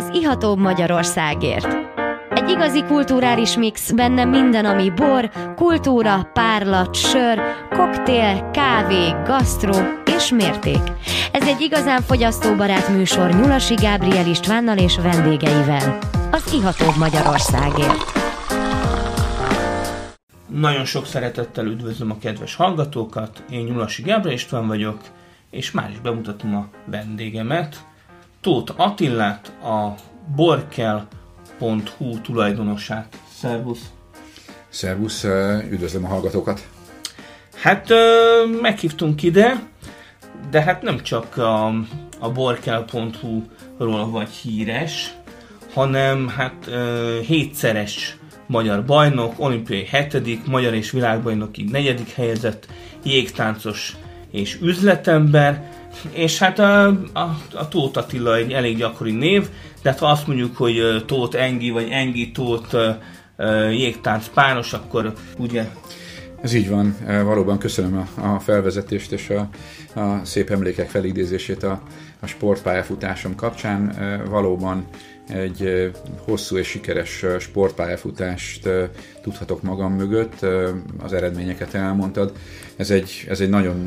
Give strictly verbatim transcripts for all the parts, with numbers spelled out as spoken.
az ihatóbb Magyarországért. Egy igazi kulturális mix, benne minden, ami bor, kultúra, párlat, sör, koktél, kávé, gasztró és mérték. Ez egy igazán fogyasztóbarát műsor Nyulasi Gábriel Istvánnal és vendégeivel. Az ihatóbb Magyarországért. Nagyon sok szeretettel üdvözlöm a kedves hallgatókat, én Nyulasi Gábriel István vagyok, és már is bemutatom a vendégemet, Tóth Attilát, a borkel pont hu tulajdonosát. Szervusz! Szervusz, üdvözlöm a hallgatókat! Hát meghívtunk ide, de hát nem csak a, a borkel pont hu-ról vagy híres, hanem hát hétszeres magyar bajnok, olimpiai hetedik, magyar és világbajnoki negyedik helyezett, jégtáncos és üzletember, és hát a, a, a Tóth Attila egy elég gyakori név, de hát ha azt mondjuk, hogy Tóth Engi, vagy Engi Tóth jégtánc páros, akkor ugye... Ez így van, valóban köszönöm a, a felvezetést és a, a szép emlékek felidézését a, a sportpályafutásom kapcsán. Valóban egy hosszú és sikeres sportpályafutást tudhatok magam mögött, az eredményeket elmondtad. Ez egy, ez egy nagyon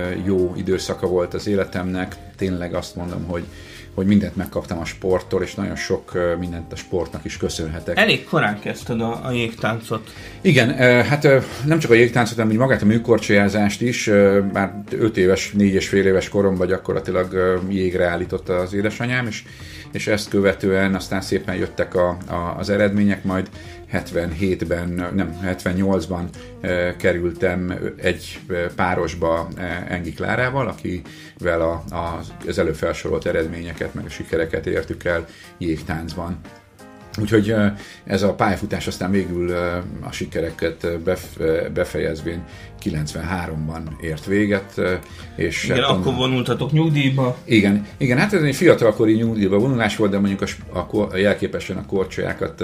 jó időszaka volt az életemnek, tényleg azt mondom, hogy, hogy mindent megkaptam a sporttól, és nagyon sok mindent a sportnak is köszönhetek. Elég korán kezdted a, a jégtáncot. Igen, hát nem csak a jégtáncot, hanem magát a műkorcsolyázást is, már öt éves, négy és fél éves koromban gyakorlatilag jégre állította az édesanyám, és és ezt követően aztán szépen jöttek a, a, az eredmények, majd hetvenhétben, nem, hetvennyolcban e, kerültem egy párosba e, Engi Klárával, akivel a, a, az előbb felsorolt eredményeket, meg a sikereket értük el jégtáncban. Úgyhogy ez a pályafutás aztán végül a sikereket befejezvén kilencvenháromban ért véget. És igen, hát, akkor vonultatok nyugdíjba. Igen, igen, hát ez egy fiatalkori nyugdíjba vonulás volt, de mondjuk a, a, jelképesen a korcsolyákat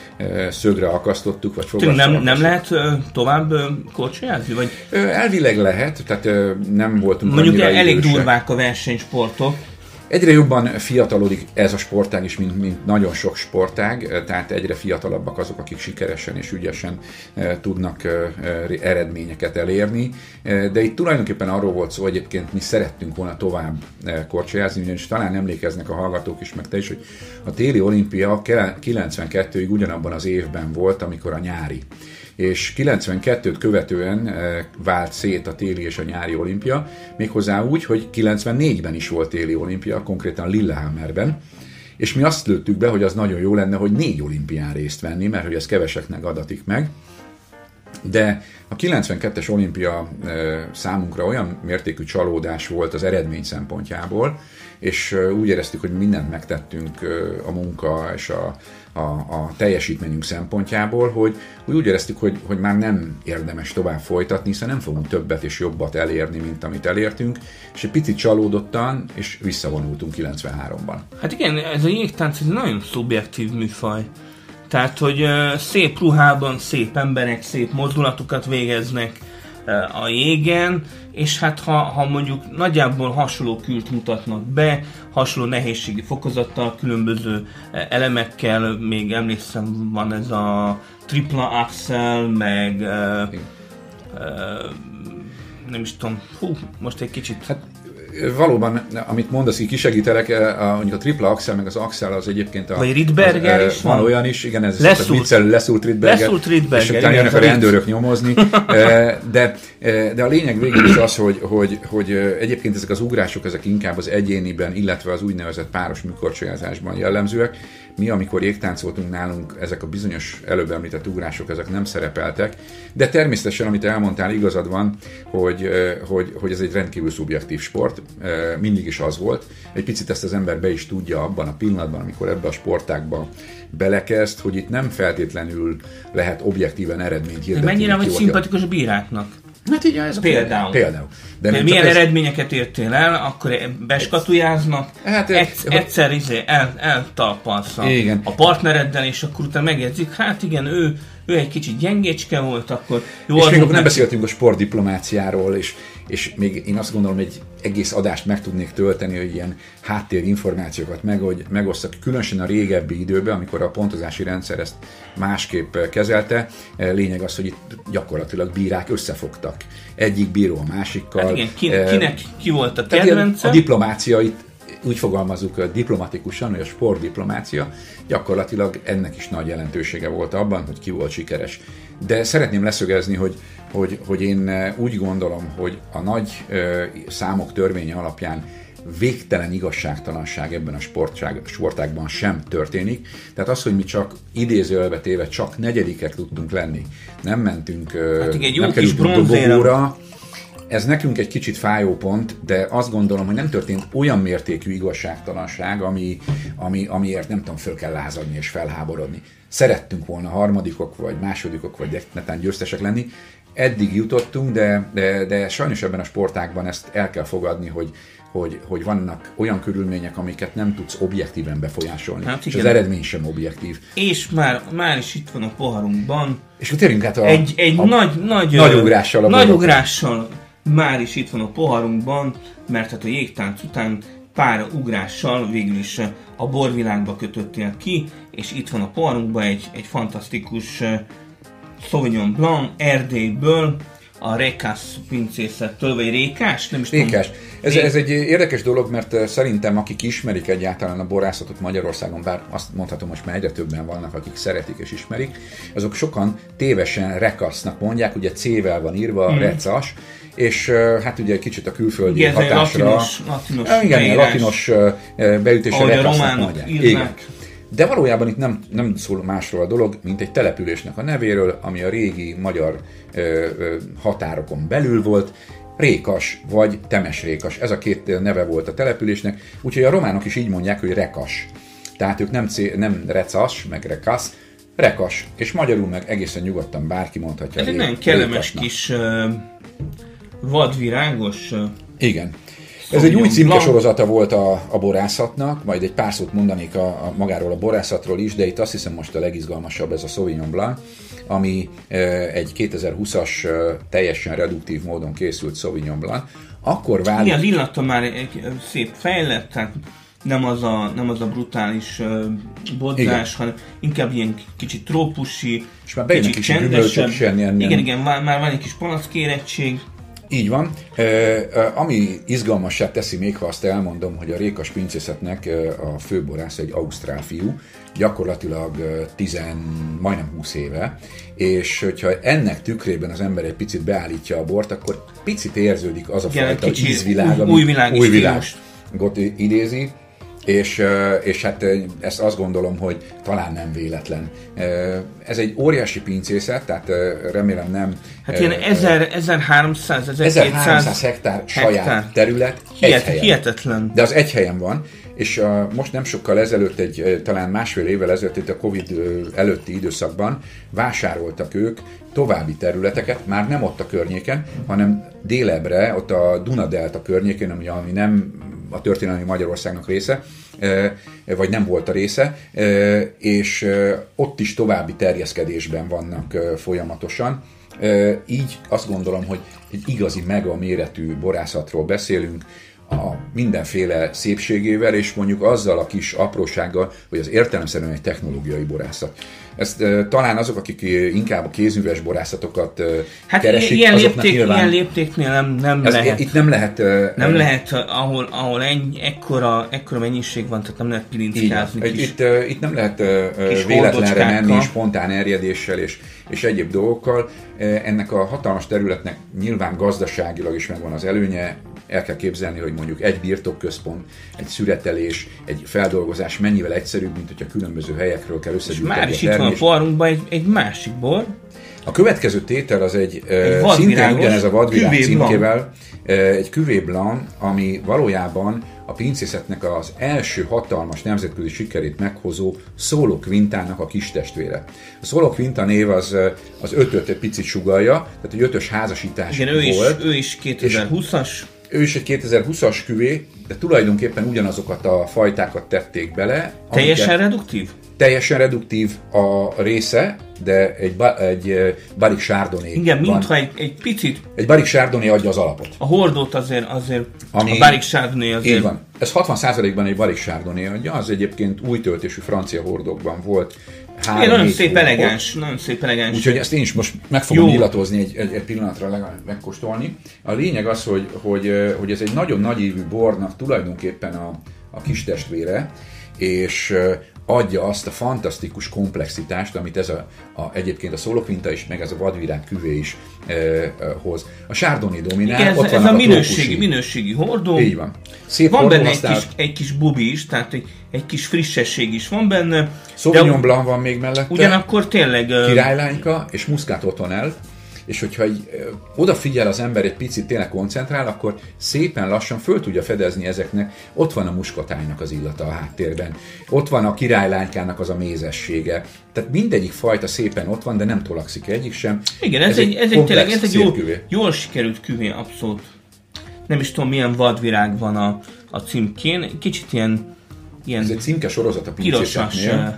szögre akasztottuk, vagy fogasra nem, akasztottuk. Nem lehet tovább korcsolyázni? Vagy? Elvileg lehet, tehát nem voltunk mondjuk annyira elég idősek. Durvák a versenysportok. Egyre jobban fiatalodik ez a sportág is, mint, mint nagyon sok sportág, tehát egyre fiatalabbak azok, akik sikeresen és ügyesen e, tudnak e, eredményeket elérni, e, de itt tulajdonképpen arról volt szó, egyébként mi szerettünk volna tovább e, korcsolyázni, ugyanis talán emlékeznek a hallgatók is, meg te is, hogy a téli olimpia kilencvenkettőig ugyanabban az évben volt, amikor a nyári. És kilencvenkettőt követően vált szét a téli és a nyári olimpia, méghozzá úgy, hogy kilencvennégyben is volt téli olimpia, konkrétan Lillehammerben, és mi azt lőttük be, hogy az nagyon jó lenne, hogy négy olimpián részt venni, mert hogy ez keveseknek adatik meg, de a kilencvenkettes olimpia számunkra olyan mértékű csalódás volt az eredmény szempontjából, és úgy éreztük, hogy mindent megtettünk a munka és a, a, a teljesítményünk szempontjából, hogy úgy éreztük, hogy, hogy már nem érdemes tovább folytatni, hiszen nem fogunk többet és jobbat elérni, mint amit elértünk, és egy picit csalódottan, és visszavonultunk kilencvenháromban. Hát igen, ez a jégtánc egy nagyon szubjektív műfaj. Tehát, hogy szép ruhában, szép emberek, szép mozdulatokat végeznek a jégen, és hát ha, ha mondjuk nagyjából hasonló kült mutatnak be, hasonló nehézségi fokozattal, különböző elemekkel, még emlékszem, van ez a tripla axel, meg uh, uh, nem is tudom, hú, most egy kicsit... Hát, valóban, amit mondasz, így kisegítelek, a, mondjuk a tripla axel, meg az axel az egyébként a... Vagy Rydberger is van? Van olyan is, igen, ez leszúrt, viccelő, leszúrt Rydberger. Leszúrt Rydberger, és utána jönnek a rendőrök nyomozni. De, de a lényeg végül is az, hogy, hogy, hogy egyébként ezek az ugrások, ezek inkább az egyéniben, illetve az úgynevezett páros műkorcsolyázásban jellemzőek. Mi, amikor jégtáncoltunk nálunk, ezek a bizonyos előbb említett ugrások, ezek nem szerepeltek, de természetesen, amit elmondtál, igazad van, hogy, hogy, hogy ez egy rendkívül szubjektív sport, mindig is az volt. Egy picit ezt az ember be is tudja abban a pillanatban, amikor ebbe a sportágba belekezd, hogy itt nem feltétlenül lehet objektíven eredményt hirdetni. De mennyire vagy szimpatikus bíráknak? Hát így, ez például. például. De De milyen ez... eredményeket értél el, akkor beskatujáznak, hát, Egy, egyszer izé, el, eltalpalsz a, a partnereddel, és akkor utána megjegyzik, hát igen, ő, ő egy kicsit gyengécske volt, akkor jó. És még akkor nem beszéltünk a sportdiplomáciáról, és, és még én azt gondolom, egy, egész adást meg tudnék tölteni, hogy ilyen háttérinformációkat meg, hogy megosztak, különösen a régebbi időben, amikor a pontozási rendszer ezt másképp kezelte. Lényeg az, hogy itt gyakorlatilag bírák összefogtak. Egyik bíró a másikkal. Hát igen, ki, kinek ki volt a kedvence? A diplomácia itt, úgy fogalmazunk diplomatikusan, hogy a sportdiplomácia, gyakorlatilag ennek is nagy jelentősége volt abban, hogy ki volt sikeres. De szeretném leszögezni, hogy, hogy, hogy én úgy gondolom, hogy a nagy ö, számok törvénye alapján végtelen igazságtalanság ebben a sportágban sem történik. Tehát az, hogy mi csak idézőjelbe téve csak negyedikek tudtunk lenni, nem mentünk, hát igen, nem kerültünk dobogóra, ez nekünk egy kicsit fájó pont, de azt gondolom, hogy nem történt olyan mértékű igazságtalanság, ami, ami, amiért nem tudom, föl kell lázadni és felháborodni. Szerettünk volna harmadikok, vagy másodikok, vagy netán győztesek lenni. Eddig jutottunk, de, de, de sajnos ebben a sportágban ezt el kell fogadni, hogy, hogy, hogy vannak olyan körülmények, amiket nem tudsz objektíven befolyásolni. Hát és az eredmény sem objektív. És már, már is itt van a poharunkban. És akkor térjünk át a, egy, egy a, nagy, nagy, nagy ugrással. A nagy ugrással már is itt van a poharunkban, mert hát a jégtánc után pár ugrással végül is a borvilágba kötöttél ki, és itt van a poharunkban egy, egy fantasztikus Sauvignon Blanc Erdélyből, a Rékasz pincészettől, vagy Rékás? Nem is Rékás. Ez, ez egy érdekes dolog, mert szerintem akik ismerik egyáltalán a borászatot Magyarországon, bár azt mondhatom, most már egyre többen vannak, akik szeretik és ismerik, azok sokan tévesen Rekasznak mondják, ugye C-vel van írva, mm. Recas, és hát ugye kicsit a külföldi igen, hatásra... Latinos, latinos igen, latinos beütésre Rekasznak mondják. Igen. De valójában itt nem, nem szól másról a dolog, mint egy településnek a nevéről, ami a régi magyar ö, ö, határokon belül volt. Rékas vagy Temesrékas, ez a két neve volt a településnek, úgyhogy a románok is így mondják, hogy Rekas. Tehát ők nem, c- nem Recas, meg Rekasz, Rekas, és magyarul meg egészen nyugodtan bárki mondhatja. Ez egy nagyon kellemes kis uh, vadvirágos... Uh, Igen. Ez egy új címke sorozata volt a, a borászatnak, majd egy pár szót mondanék a, a, magáról a borászatról is, de itt azt hiszem most a legizgalmasabb ez a Sauvignon Blanc, ami e, egy kétezer-húszas e, teljesen reduktív módon készült Sauvignon Blanc. Akkor válik... Igen, az illata már egy szép fejlett, tehát nem az a, nem az a brutális uh, bodzás, hanem inkább ilyen kicsit trópusi, és már kicsit kis csendesebb. Igen, igen, már, már van egy kis palackérettség. Így van. E, ami izgalmassá teszi még, ha azt elmondom, hogy a Rékas pincészetnek a főborász egy ausztrál fiú, gyakorlatilag tizen, majdnem húsz éve, és hogyha ennek tükrében az ember egy picit beállítja a bort, akkor picit érződik az a igen, fajta ízvilág, új, új világ új világot idézi. És, és hát ezt azt gondolom, hogy talán nem véletlen. Ez egy óriási pincészet, tehát remélem nem... Hát ilyen ezerháromszáz ezerkétszáz hektár saját hektár. terület Hihet, egy helyen. Hihetetlen. De az egy helyen van, és a, most nem sokkal ezelőtt, egy, talán másfél évvel ezelőtt, itt a Covid előtti időszakban vásároltak ők további területeket, már nem ott a környéken, hanem délebre, ott a Duna-delta környékén, ami, ami nem a történelmi Magyarországnak része, vagy nem volt a része, és ott is további terjeszkedésben vannak folyamatosan. Így azt gondolom, hogy egy igazi mega méretű borászatról beszélünk, a mindenféle szépségével, és mondjuk azzal a kis aprósággal, hogy az értelemszerűen egy technológiai borászat. Ezt e, talán azok, akik inkább a kézműves borászatokat e, hát keresik, ilyen azoknak lépték, nyilván... ilyen léptéknél nem, nem ez, lehet. Itt nem lehet... E, nem lehet, ahol, ahol ennyi, ekkora, ekkora mennyiség van, tehát nem lehet pilinckázni. Itt, itt, itt nem lehet véletlenre menni, spontán erjedéssel és, és egyéb dolgokkal. Ennek a hatalmas területnek nyilván gazdaságilag is megvan az előnye. El kell képzelni, hogy mondjuk egy birtokközpont, egy szüretelés, egy feldolgozás mennyivel egyszerűbb, mint hogyha különböző helyekről kell összegyűjteni. Már is itt van a poharunkban egy, egy másik bor. A következő tétel az egy, egy szintén ugyanez a vadvirág címkével, egy Cuvée Blanc, ami valójában a pincészetnek az első hatalmas nemzetközi sikerét meghozó Solo Quintának a kistestvére. A Solo Quinta név az, az ötöt egy picit sugallja, tehát egy ötös házasítás igen, ő volt. Is, ő is kétezer-húszas. Ő is egy kétezer-húszas küvé, de tulajdonképpen ugyanazokat a fajtákat tették bele. Teljesen reduktív? Teljesen reduktív a része, de egy, ba, egy Barrique Chardonnay. Igen, mintha egy, egy picit... Egy Barrique Chardonnay adja az alapot. A hordót azért, azért Ami, a Barrique Chardonnay azért... Így van. Ez hatvan százalékban egy Barrique Chardonnay adja, az egyébként új töltésű francia hordókban volt. Igen, nagyon szép elegáns, nagyon szép elegáns. Úgyhogy ezt én is most meg fogom illatozni egy, egy, egy pillanatra legalább megkóstolni. A lényeg az, hogy, hogy, hogy ez egy nagyon nagyívű bornak tulajdonképpen a, a kis testvére, és adja azt a fantasztikus komplexitást, amit ez a, a, egyébként a szólókvinta is, meg ez a vadvirág küvé is e, e, hoz. A Chardonnay dominál. Igen, ez, ott ez a minőségi, minőségi hordó. Így van. Szép van benne aztán... egy, kis, egy kis bubi is, tehát egy, egy kis frissesség is van benne. Sauvignon Blanc van még mellette. Ugyanakkor tényleg... Királylányka és Muscat Ottonel. És hogyha egy, ö, odafigyel az ember egy picit, tényleg koncentrál, akkor szépen lassan föl tudja fedezni ezeknek. Ott van a muskatánynak az illata a háttérben. Ott van a királylánykának az a mézessége. Tehát mindegyik fajta szépen ott van, de nem tolakszik egyik sem. Igen, ez, ez egy, ez egy, tényleg, ez egy jó, jól sikerült küvé, abszolút. Nem is tudom, milyen vadvirág van a, a címkén. Kicsit ilyen... ilyen ez egy címke sorozat a pincéseknél.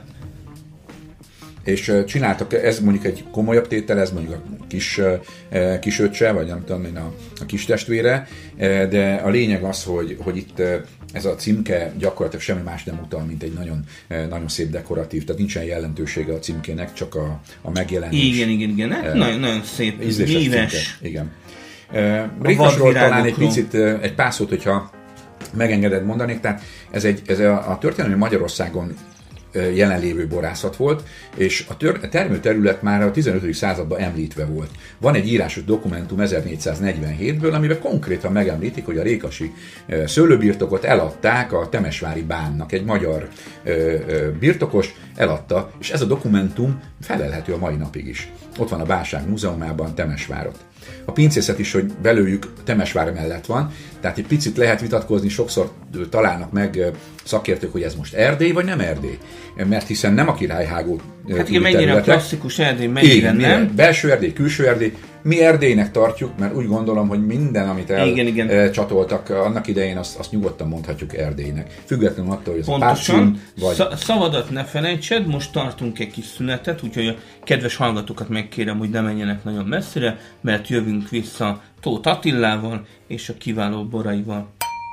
És csináltak, ez mondjuk egy komolyabb tétel, ez mondjuk a kis, kis öccse, vagy nem tudom én, a, a kis testvére, de a lényeg az, hogy, hogy itt ez a címke gyakorlatilag semmi más nem utal, mint egy nagyon, nagyon szép dekoratív, tehát nincsen jelentősége a címkének, csak a, a megjelenés. Igen, igen, igen, uh, nagyon, nagyon szép, víves. Igen. Rékasról talán egy picit, egy pár szót, hogyha megengeded mondanék, tehát ez, egy, ez a, a történelmi Magyarországon jelenlévő borászat volt, és a, tör, a termőterület már a tizenötödik században említve volt. Van egy írásos dokumentum ezernégyszáznegyvenhétből, amiben konkrétan megemlítik, hogy a rékasi szőlőbirtokot eladták a Temesvári Bánnak, egy magyar birtokos eladta, és ez a dokumentum felelhető a mai napig is. Ott van a Bánság Múzeumában Temesvárot. A pincészet is, hogy belőjük Temesvár mellett van, tehát egy picit lehet vitatkozni, sokszor találnak meg szakértők, hogy ez most Erdély, vagy nem Erdély. Mert hiszen nem a királyhágó hát igen, mennyire a klasszikus Erdély, mennyire nem. Belső Erdély, külső Erdély. Mi Erdélynek tartjuk, mert úgy gondolom, hogy minden, amit elcsatoltak annak idején, azt, azt nyugodtan mondhatjuk Erdélynek. Függetlenül attól, hogy ez pontosan, a párcún, vagy... Szavadat ne felejtsed, most tartunk egy kis szünetet, úgyhogy a kedves hallgatókat megkérem, hogy ne menjenek nagyon messzire, mert jövünk vissza Tóth Attilával és a kiváló boraival.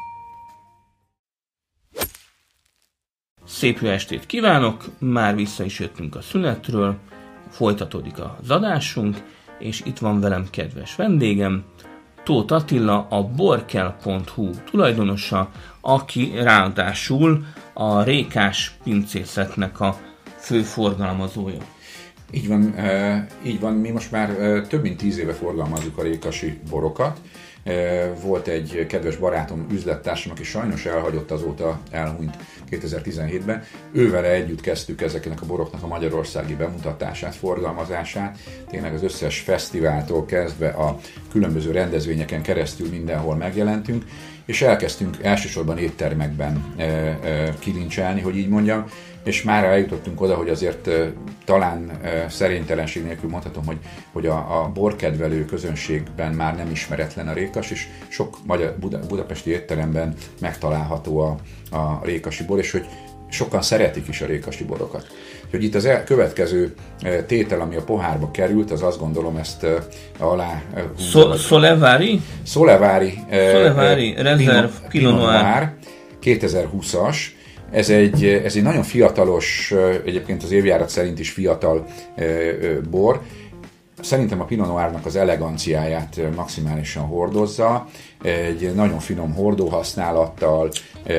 Szép jó estét kívánok, már vissza is jöttünk a szünetről, folytatódik az adásunk, és itt van velem kedves vendégem, Tóth Attila, a borkel pont hu tulajdonosa, aki ráadásul a rékás pincészetnek a fő forgalmazója. Így van, így van, mi most már több mint tíz éve forgalmazzuk a rékasi borokat. Volt egy kedves barátom, üzlettársam, aki sajnos elhagyott, azóta elhunyt kétezer-tizenhétben. Ővele együtt kezdtük ezeknek a boroknak a magyarországi bemutatását, forgalmazását. Tényleg az összes fesztiváltól kezdve a különböző rendezvényeken keresztül mindenhol megjelentünk, és elkezdtünk elsősorban éttermekben e, e, kilincselni, hogy így mondjam, és már eljutottunk oda, hogy azért e, talán e, szerénytelenség nélkül mondhatom, hogy, hogy a, a borkedvelő közönségben már nem ismeretlen a rékas, és sok magyar, Buda, budapesti étteremben megtalálható a, a rékasi bor, és hogy sokan szeretik is a rékasi borokat. Hogy itt az el, következő tétel, ami a pohárba került, az azt gondolom ezt uh, alá húzza. Solevári? Solevári. Solevári, Reserve Pinot Noir. kétezer-húszas. Ez egy, ez egy nagyon fiatalos, egyébként az évjárat szerint is fiatal bor. Szerintem a Pinot Noirnak az eleganciáját maximálisan hordozza, egy nagyon finom hordóhasználattal,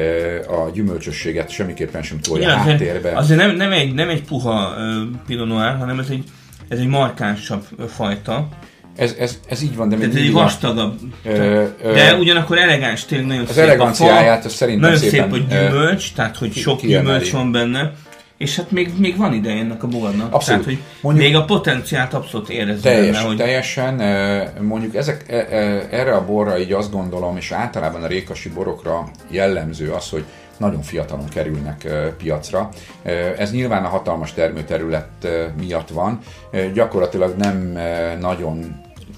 a gyümölcsösséget semmiképpen sem tolja ja, háttérbe. Azért nem, nem, egy, nem egy puha Pinot Noir, hanem ez egy, ez egy markánsabb fajta. Ez, ez, ez így van, de még egy vastagabb. Ö, ö, de ugyanakkor elegáns, tényleg nagyon az szép eleganciáját, a fa, szerintem nagyon szépen, szép a gyümölcs, tehát hogy sok kiemeli. Gyümölcs van benne. És hát még, még van ideje ennek a bornak. Abszolút. Tehát, hogy mondjuk, még a potenciált abszolút érezni teljes, benne, hogy... Teljesen. Mondjuk ezek, erre a borra így azt gondolom, és általában a rékasi borokra jellemző az, hogy nagyon fiatalon kerülnek piacra. Ez nyilván a hatalmas termőterület miatt van. Gyakorlatilag nem nagyon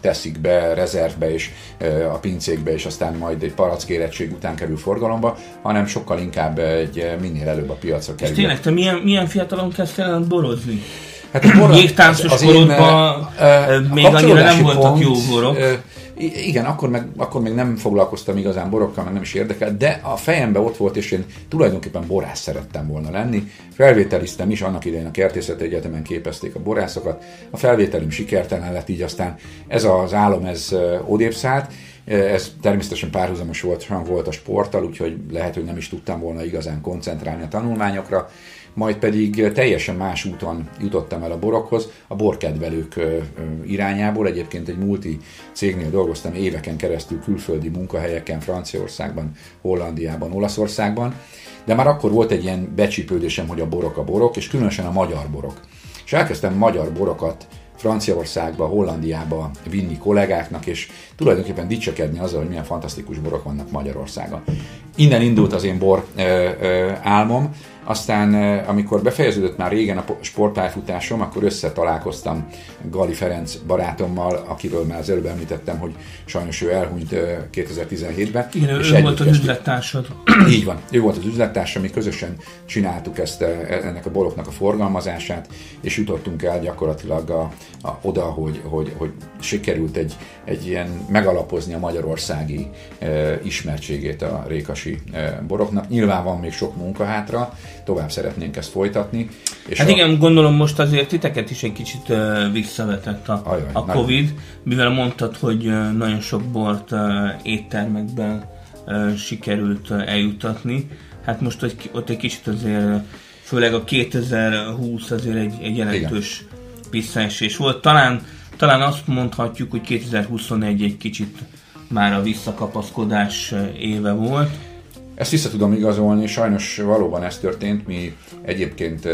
teszik be rezervbe és a pincékbe, és aztán majd egy palackérettség után kerül forgalomba, hanem sokkal inkább egy minél előbb a piacra kerül. És tényleg, te milyen, milyen fiatalon kezdtél borozni? Hát a borok, jégtáncos az, az korodban még annyira nem voltak pont, jó borok. Igen, akkor meg, akkor még nem foglalkoztam igazán borokkal, meg nem is érdekel, de a fejemben ott volt, és én tulajdonképpen borász szerettem volna lenni. Felvételiztem is, annak idején a Kertészeti Egyetemen képezték a borászokat. A felvételim sikertelen lett, így aztán ez az álom, ez odébb szállt. Ez természetesen párhuzamos volt, volt a sporttal, úgyhogy lehet, hogy nem is tudtam volna igazán koncentrálni a tanulmányokra. Majd pedig teljesen más úton jutottam el a borokhoz, a borkedvelők irányából. Egyébként egy multi cégnél dolgoztam éveken keresztül külföldi munkahelyeken, Franciaországban, Hollandiában, Olaszországban, de már akkor volt egy ilyen becsípődésem, hogy a borok a borok, és különösen a magyar borok. És elkezdtem magyar borokat Franciaországba, Hollandiába vinni kollégáknak, és tulajdonképpen dicsekedni azzal, hogy milyen fantasztikus borok vannak Magyarországon. Innen indult az én bor ö, ö, álmom, aztán amikor befejeződött már régen a sportpályafutásom, akkor összetalálkoztam Gali Ferenc barátommal, akiről már az előbb említettem, hogy sajnos ő elhunyt kétezer-tizenhétben. Igen, és ő volt az üzlettársad. Így van, ő volt az üzlettársam, mi közösen csináltuk ezt, ennek a boroknak a forgalmazását, és jutottunk el gyakorlatilag a, a, oda, hogy, hogy, hogy sikerült egy, egy ilyen megalapozni a magyarországi e, ismertségét a rékasi e, boroknak. Nyilván van még sok munka hátra, tovább szeretnénk ezt folytatni. És hát a... igen, gondolom most azért titeket is egy kicsit uh, visszavetett a, Ajaj, a Covid, nagyon. Mivel mondtad, hogy uh, nagyon sok bort uh, éttermekben uh, sikerült uh, eljutatni. Hát most egy, ott egy kicsit azért, főleg a kétezer-húsz azért egy, egy jelentős visszaesés volt. Talán, talán azt mondhatjuk, hogy kétezer-huszonegy egy kicsit már a visszakapaszkodás éve volt. Ezt vissza tudom igazolni, sajnos valóban ez történt. Mi egyébként,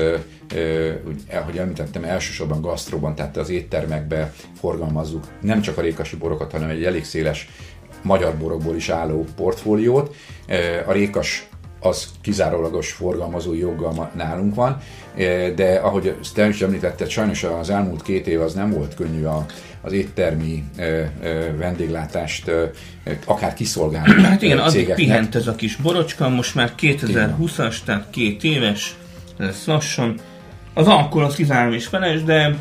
ahogy említettem, elsősorban gasztróban, tehát az éttermekbe forgalmazzuk nem csak a rékasi borokat, hanem egy elég széles magyar borokból is álló portfóliót. A rékas az kizárólagos forgalmazói joggal nálunk van, de ahogy te is említetted, sajnos az elmúlt két év az nem volt könnyű a, az éttermi vendéglátást akár kiszolgálni. Hát igen, addig pihent ez a kis borocska, most már kétezer-húszas, tehát két éves lesz lassan. Az alkohol az kizárom és feles, de,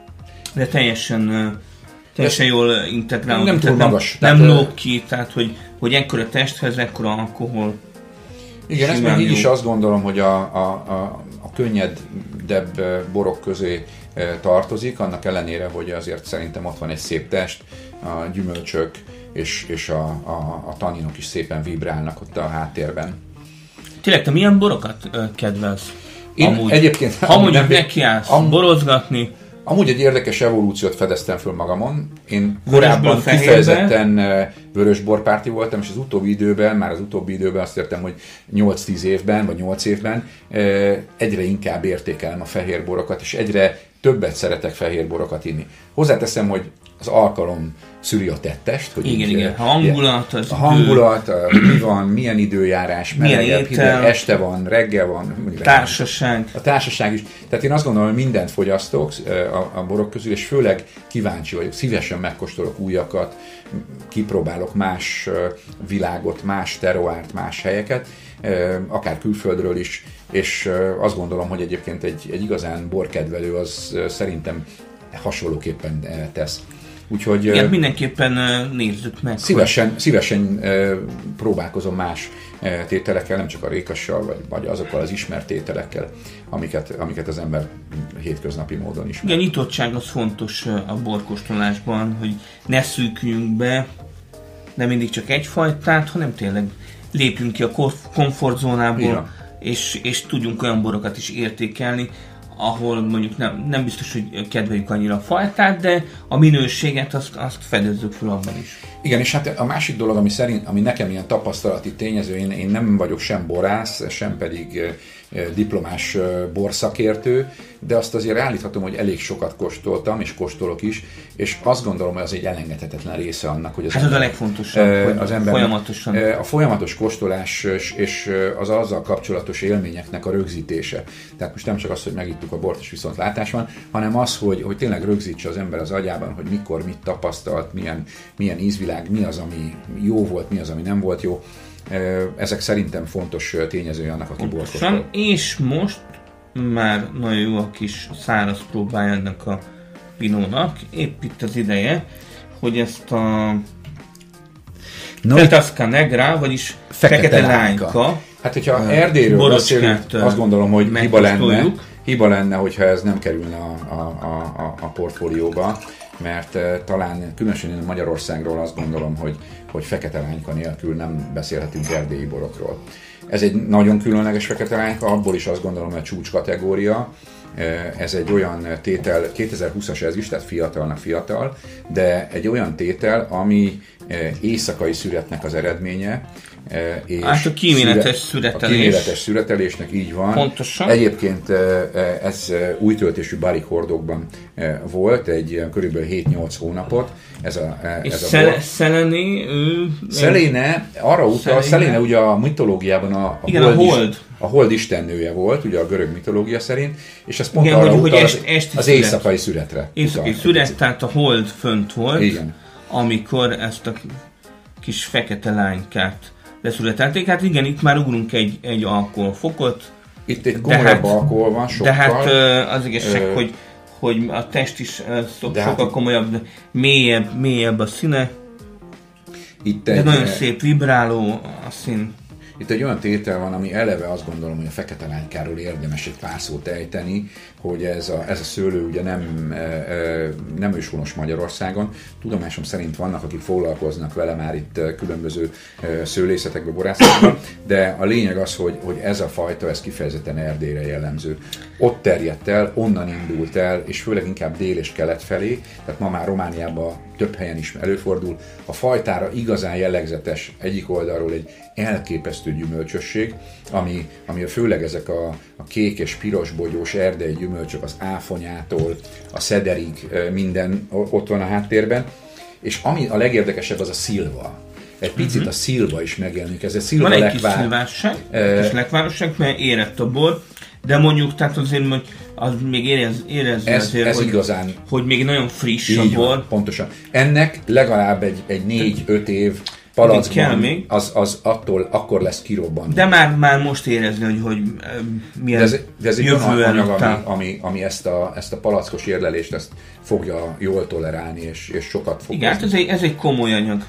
de teljesen, teljesen jól integrálódik. Nem túl magas. Nem, nem lóg ki, tehát hogy, hogy ekkora testhez, ekkora alkohol. Igen, ezt meg így is azt gondolom, hogy a, a, a, a könnyedebb borok közé tartozik, annak ellenére, hogy azért szerintem ott van egy szép test, a gyümölcsök és, és a, a, a taninok is szépen vibrálnak ott a háttérben. Tényleg, te milyen borokat kedvelsz? Én amúgy, egyébként... Ha mondjuk nekiállsz am, borozgatni... Amúgy egy érdekes evolúciót fedeztem föl magamon. Én korábban kifejezetten vörösborpárti voltam, és az utóbbi időben, már az utóbbi időben azt értem, hogy nyolc-tíz évben, vagy nyolc évben egyre inkább értékelem a fehérborokat, és egyre többet szeretek fehérborokat inni. Hozzáteszem, hogy az alkalom szüli a tettest. Hogy igen, igen. A hangulat, az a hangulat, a, mi van, milyen időjárás, melegebb, hideg, este van, reggel van. Társaság. A társaság is. Tehát én azt gondolom, hogy mindent fogyasztok a, a borok közül, és főleg kíváncsi vagyok. Szívesen megkóstolok újakat, kipróbálok más világot, más teroárt, más helyeket, akár külföldről is, és azt gondolom, hogy egyébként egy, egy igazán borkedvelő az szerintem hasonlóképpen tesz. Úgyhogy igen, mindenképpen nézzük meg. Szívesen, hogy... szívesen próbálkozom más tételekkel, nem csak a rékassal, vagy, vagy azokkal az ismert tételekkel, amiket, amiket az ember hétköznapi módon ismer. Igen, a nyitottság az fontos a borkóstolásban, hogy ne szűküljünk be, nem mindig csak egyfajtát, hanem tényleg lépjünk ki a komfortzónából, és, és tudjunk olyan borokat is értékelni, ahol mondjuk nem, nem biztos, hogy kedveljük annyira a fajtát, de a minőséget azt, azt fedezzük fel abban is. Igen, és hát a másik dolog, ami szerint, ami nekem ilyen tapasztalati tényező, én, én nem vagyok sem borász, sem pedig diplomás borszakértő, de azt azért állíthatom, hogy elég sokat kóstoltam, és kóstolok is, és azt gondolom, hogy az egy elengedhetetlen része annak, hogy az hát ember, az a legfontosabb, hogy az ember, folyamatosan. A folyamatos kóstolás és az azzal kapcsolatos élményeknek a rögzítése. Tehát most nem csak az, hogy megittuk a bort és viszontlátás van, hanem az, hogy, hogy tényleg rögzítse az ember az agyában, hogy mikor mit tapasztalt, milyen, milyen ízvilág, mi az, ami jó volt, mi az, ami nem volt jó. Ezek szerintem fontos tényezője annak, aki bort kóstol. És most már nagyon jó a kis száraz próbája ennek a pinónak. Épp itt az ideje, hogy ezt a Fetasca Negra, vagyis fekete, fekete lányka. Hát, hogyha Erdélyről beszélünk, azt gondolom, hogy hiba lenne, hiba lenne, hogyha ez nem kerülne a, a, a, a portfólióba, mert uh, talán különösen Magyarországról azt gondolom, hogy, hogy fekete lányka nélkül nem beszélhetünk erdélyi borokról. Ez egy nagyon különleges fekete lányka, abból is azt gondolom, hogy a csúcs kategória. Ez egy olyan tétel, kétezer-húszas ez is, tehát fiatalnak fiatal, de egy olyan tétel, ami éjszakai szüretnek az eredménye. És hát a kíméletes szüretelés. A kíméletes szüretelésnek így van. Pontosan. Egyébként ez új töltésű barrik hordókban volt, egy körülbelül hét-nyolc hónapot. Ez a, és ez a Szele, Szeleni, ő... Szeléne, arra utal, Szeléne ugye a mitológiában a, a, igen, hold, a hold. Ist, a hold istennője volt, ugye a görög mitológia szerint, és ez pont igen, arra hogy, utal hogy az, est, az éjszakai szüretre. Éjszakai szüret, tehát a hold fönt volt, igen. Amikor ezt a kis fekete lánykát leszületelték. Hát igen, itt már ugrunk egy, egy alkoholfokot. Itt egy komolyabb hát, alkohol van sokkal. De hát az igazság, ö, hogy, hogy a test is sokkal hát, komolyabb, de mélyebb, mélyebb a színe. Itt de egy, nagyon szép, vibráló a szín. Itt egy olyan tétel van, ami eleve azt gondolom, hogy a fekete lánykáról érdemes egy pár szót ejteni, hogy ez a, ez a szőlő ugye nem, nem őshonos Magyarországon. Tudomásom szerint vannak, akik foglalkoznak vele már itt különböző szőlészetekben, borászatban, de a lényeg az, hogy, hogy ez a fajta, ez kifejezetten Erdélyre jellemző. Ott terjedt el, onnan indult el, és főleg inkább dél és kelet felé, tehát ma már Romániában több helyen is előfordul. A fajtára igazán jellegzetes egyik oldalról egy elképesztő gyümölcsösség, ami, ami főleg ezek a, a kék és piros bogyós erdei gyümölcsök, az áfonyától a szederig minden ott van a háttérben, és ami a legérdekesebb, az a szilva. Egy picit uh-huh. a szilva is megjelenik. Ez a szilva van egy lekvár... kis szilvásság, e... kis lekvárosság, mert érett a bor, de mondjuk, tehát azért, hogy az még érez, érezni ez, azért, ez hogy, igazán... hogy még nagyon friss így a bor. Van, pontosan. Ennek legalább egy, egy négy-öt év palackban, az, az attól akkor lesz kirobbanva. De már, már most érezni, hogy, hogy milyen de ez, de ez egy olyan anyag, ami, ami, ami, ami ezt, a, ezt a palackos érlelést ezt fogja jól tolerálni, és, és sokat fog. Igen, hát ez egy, ez egy komoly anyag.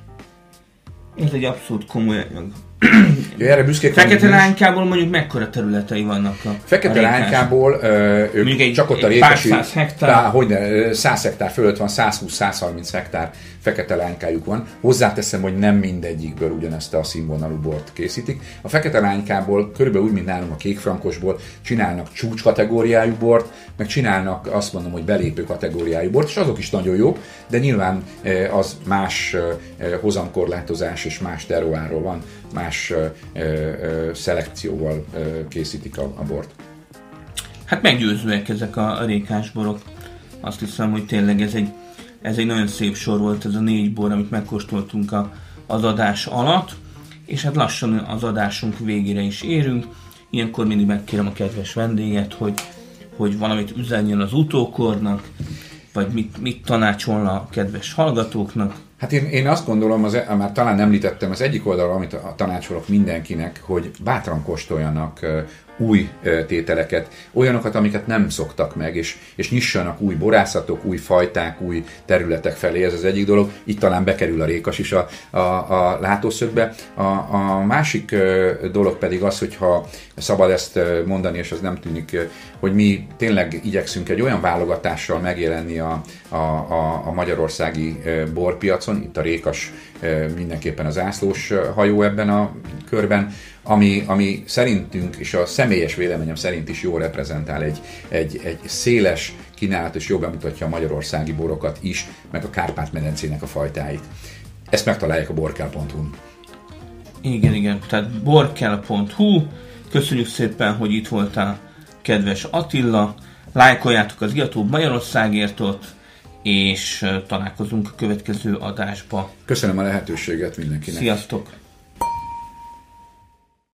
Ez egy abszolút komoly anyag. Ja, erre büszkék fekete lánykából mondjuk mekkora területei vannak a Fekete a lánykából uh, ők egy, csak ott a rékesi... Pár száz hektár. Hogyne, száz hektár fölött van, százhúsz-százharminc hektár fekete lánykájuk van. Hozzáteszem, hogy nem mindegyikből ugyanezt a színvonalú bort készítik. A fekete lánykából, körülbelül úgy, mint nálunk a kékfrankosból, csinálnak csúcs kategóriájú bort, meg csinálnak azt mondom, hogy belépő kategóriájú bort, és azok is nagyon jók, de nyilván az más hozamkorlátozás és más terroárról van, más ö, ö, szelekcióval ö, készítik a, a bort. Hát meggyőzőek ezek a, a rékás borok. Azt hiszem, hogy tényleg ez egy, ez egy nagyon szép sor volt, ez a négy bor, amit megkóstoltunk a, az adás alatt, és hát lassan az adásunk végére is érünk. Ilyenkor mindig megkérem a kedves vendéget, hogy, hogy valamit üzenjön az utókornak, vagy mit, mit tanácsolna a kedves hallgatóknak. Hát én, én azt gondolom, az, már talán említettem, az egyik oldalról, amit a, tanácsolok mindenkinek, hogy bátran kóstoljanak uh, új uh, tételeket, olyanokat, amiket nem szoktak meg, és, és nyissanak új borászatok, új fajták, új területek felé, ez az egyik dolog. Itt talán bekerül a rékas is a, a, a látószögbe. A, a másik uh, dolog pedig az, hogyha szabad ezt uh, mondani, és az nem tűnik, uh, hogy mi tényleg igyekszünk egy olyan válogatással megjelenni a, a, a, a magyarországi uh, borpiacon, itt a rékas mindenképpen az zászlós hajó ebben a körben, ami, ami szerintünk, és a személyes véleményem szerint is jól reprezentál egy, egy, egy széles kínálat, és jól bemutatja a magyarországi borokat is, meg a Kárpát-medencének a fajtáit. Ezt megtalálják a borkel pont hu-n. Igen, igen, tehát borkel pont hu. Köszönjük szépen, hogy itt voltál, kedves Attila. Lájkoljátok az YouTube Magyarországértot, és találkozunk a következő adásba. Köszönöm a lehetőséget mindenkinek. Sziasztok!